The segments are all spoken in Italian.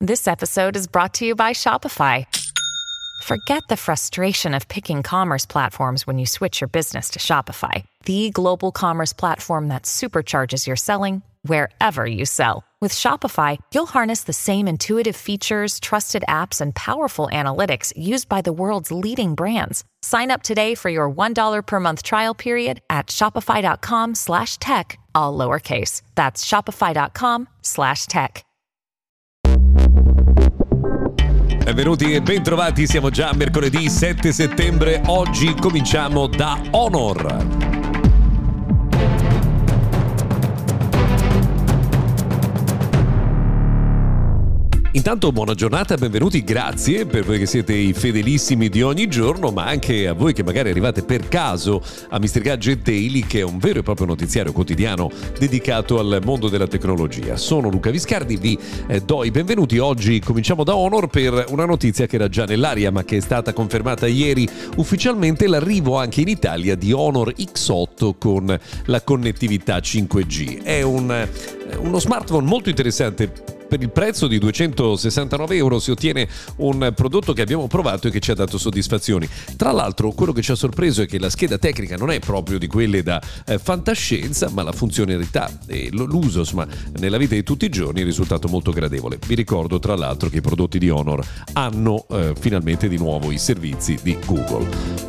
This episode is brought to you by Shopify. Forget the frustration of picking commerce platforms when you switch your business to Shopify, the global commerce platform that supercharges your selling wherever you sell. With Shopify, you'll harness the same intuitive features, trusted apps, and powerful analytics used by the world's leading brands. Sign up today for your $1 per month trial period at shopify.com/tech, all lowercase. That's shopify.com/tech. Benvenuti e bentrovati, siamo già a mercoledì 7 settembre, oggi cominciamo da Honor. Intanto buona giornata, benvenuti, grazie per voi che siete i fedelissimi di ogni giorno, ma anche a voi che magari arrivate per caso a Mr. Gadget Daily, che è un vero e proprio notiziario quotidiano dedicato al mondo della tecnologia. Sono Luca Viscardi, vi do i benvenuti. Oggi cominciamo da Honor per una notizia che era già nell'aria ma che è stata confermata ieri ufficialmente, l'arrivo anche in Italia di Honor X8 con la connettività 5G. È uno smartphone molto interessante. Per il prezzo di €269 si ottiene un prodotto che abbiamo provato e che ci ha dato soddisfazioni. Tra l'altro, quello che ci ha sorpreso è che la scheda tecnica non è proprio di quelle da fantascienza, ma la funzionalità e l'uso, insomma, nella vita di tutti i giorni è risultato molto gradevole. Vi ricordo tra l'altro che i prodotti di Honor hanno finalmente di nuovo i servizi di Google.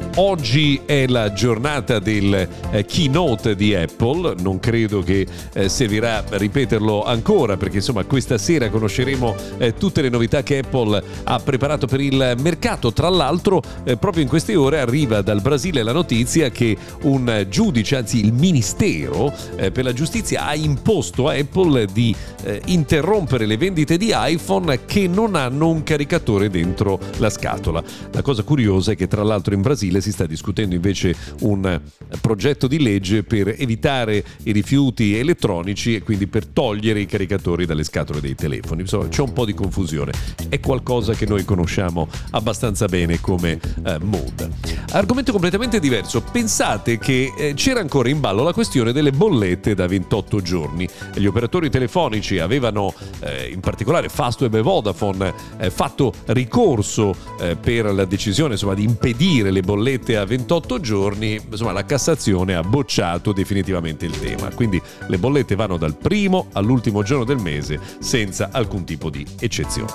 Oggi è la giornata del keynote di Apple, non credo che servirà ripeterlo ancora, perché insomma questa sera conosceremo tutte le novità che Apple ha preparato per il mercato. Tra l'altro proprio in queste ore arriva dal Brasile la notizia che un giudice, anzi il Ministero per la Giustizia, ha imposto a Apple di interrompere le vendite di iPhone che non hanno un caricatore dentro la scatola. La cosa curiosa è che tra l'altro in Brasile si sta discutendo invece un progetto di legge per evitare i rifiuti elettronici e quindi per togliere i caricatori dalle scatole dei telefoni. Insomma, c'è un po' di confusione. È qualcosa che noi conosciamo abbastanza bene come mood. Argomento completamente diverso. Pensate che c'era ancora in ballo la questione delle bollette da 28 giorni. Gli operatori telefonici avevano, in particolare Fastweb e Vodafone, fatto ricorso per la decisione, insomma, di impedire le bollette a 28 giorni. Insomma, la Cassazione ha bocciato definitivamente il tema. Quindi le bollette vanno dal primo all'ultimo giorno del mese senza alcun tipo di eccezione.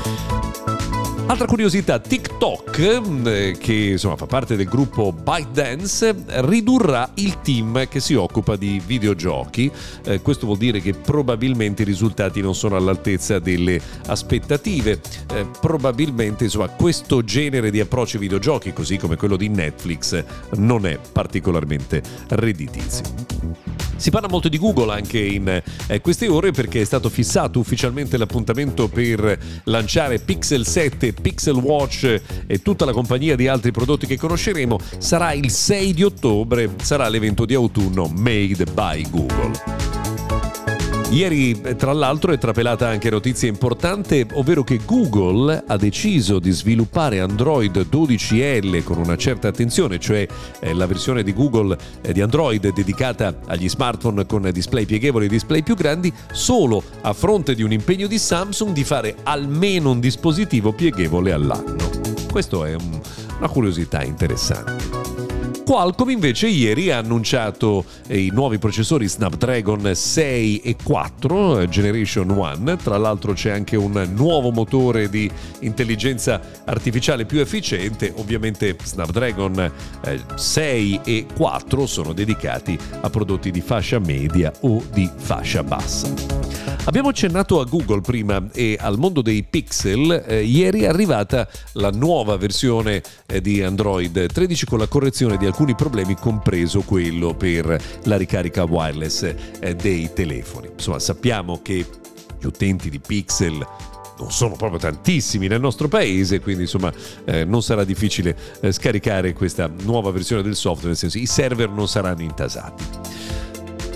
Altra curiosità, TikTok, che insomma fa parte del gruppo ByteDance, ridurrà il team che si occupa di videogiochi. Questo vuol dire che probabilmente i risultati non sono all'altezza delle aspettative. Probabilmente insomma questo genere di approccio ai videogiochi, così come quello di Netflix, non è particolarmente redditizio. Si parla molto di Google anche in queste ore, perché è stato fissato ufficialmente l'appuntamento per lanciare Pixel 7, Pixel Watch e tutta la compagnia di altri prodotti che conosceremo. Sarà il 6 di ottobre, sarà l'evento di autunno Made by Google. Ieri, tra l'altro, è trapelata anche notizia importante, ovvero che Google ha deciso di sviluppare Android 12L con una certa attenzione, cioè la versione di Google di Android dedicata agli smartphone con display pieghevoli e display più grandi, solo a fronte di un impegno di Samsung di fare almeno un dispositivo pieghevole all'anno. Questo è una curiosità interessante. Qualcomm invece ieri ha annunciato i nuovi processori Snapdragon 6 e 4 Generation 1. Tra l'altro c'è anche un nuovo motore di intelligenza artificiale più efficiente. Ovviamente Snapdragon 6 e 4 sono dedicati a prodotti di fascia media o di fascia bassa. Abbiamo accennato a Google prima e al mondo dei Pixel. Ieri è arrivata la nuova versione di Android 13 con la correzione di alcuni problemi, compreso quello per la ricarica wireless dei telefoni. Insomma, sappiamo che gli utenti di Pixel non sono proprio tantissimi nel nostro paese, quindi insomma non sarà difficile scaricare questa nuova versione del software, nel senso i server non saranno intasati.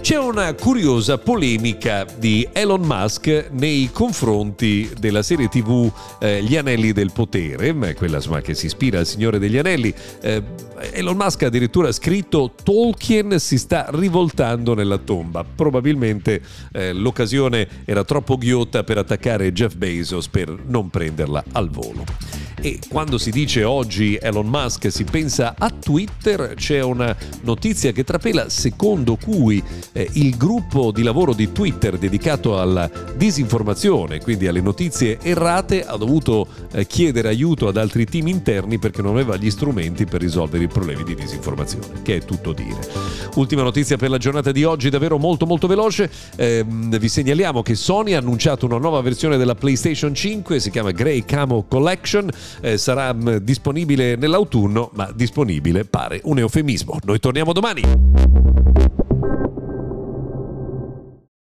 C'è una curiosa polemica di Elon Musk nei confronti della serie TV Gli Anelli del Potere, quella insomma che si ispira al Signore degli Anelli. Elon Musk ha addirittura scritto: Tolkien si sta rivoltando nella tomba. Probabilmente l'occasione era troppo ghiotta per attaccare Jeff Bezos, per non prenderla al volo. E quando si dice oggi Elon Musk, si pensa a Twitter. C'è una notizia che trapela secondo cui il gruppo di lavoro di Twitter dedicato alla disinformazione, quindi alle notizie errate, ha dovuto chiedere aiuto ad altri team interni perché non aveva gli strumenti per risolvere i problemi di disinformazione, che è tutto dire. Ultima notizia per la giornata di oggi, davvero molto molto veloce. Vi segnaliamo che Sony ha annunciato una nuova versione della PlayStation 5, si chiama Grey Camo Collection. Sarà disponibile nell'autunno, ma disponibile pare un eufemismo. Noi torniamo domani.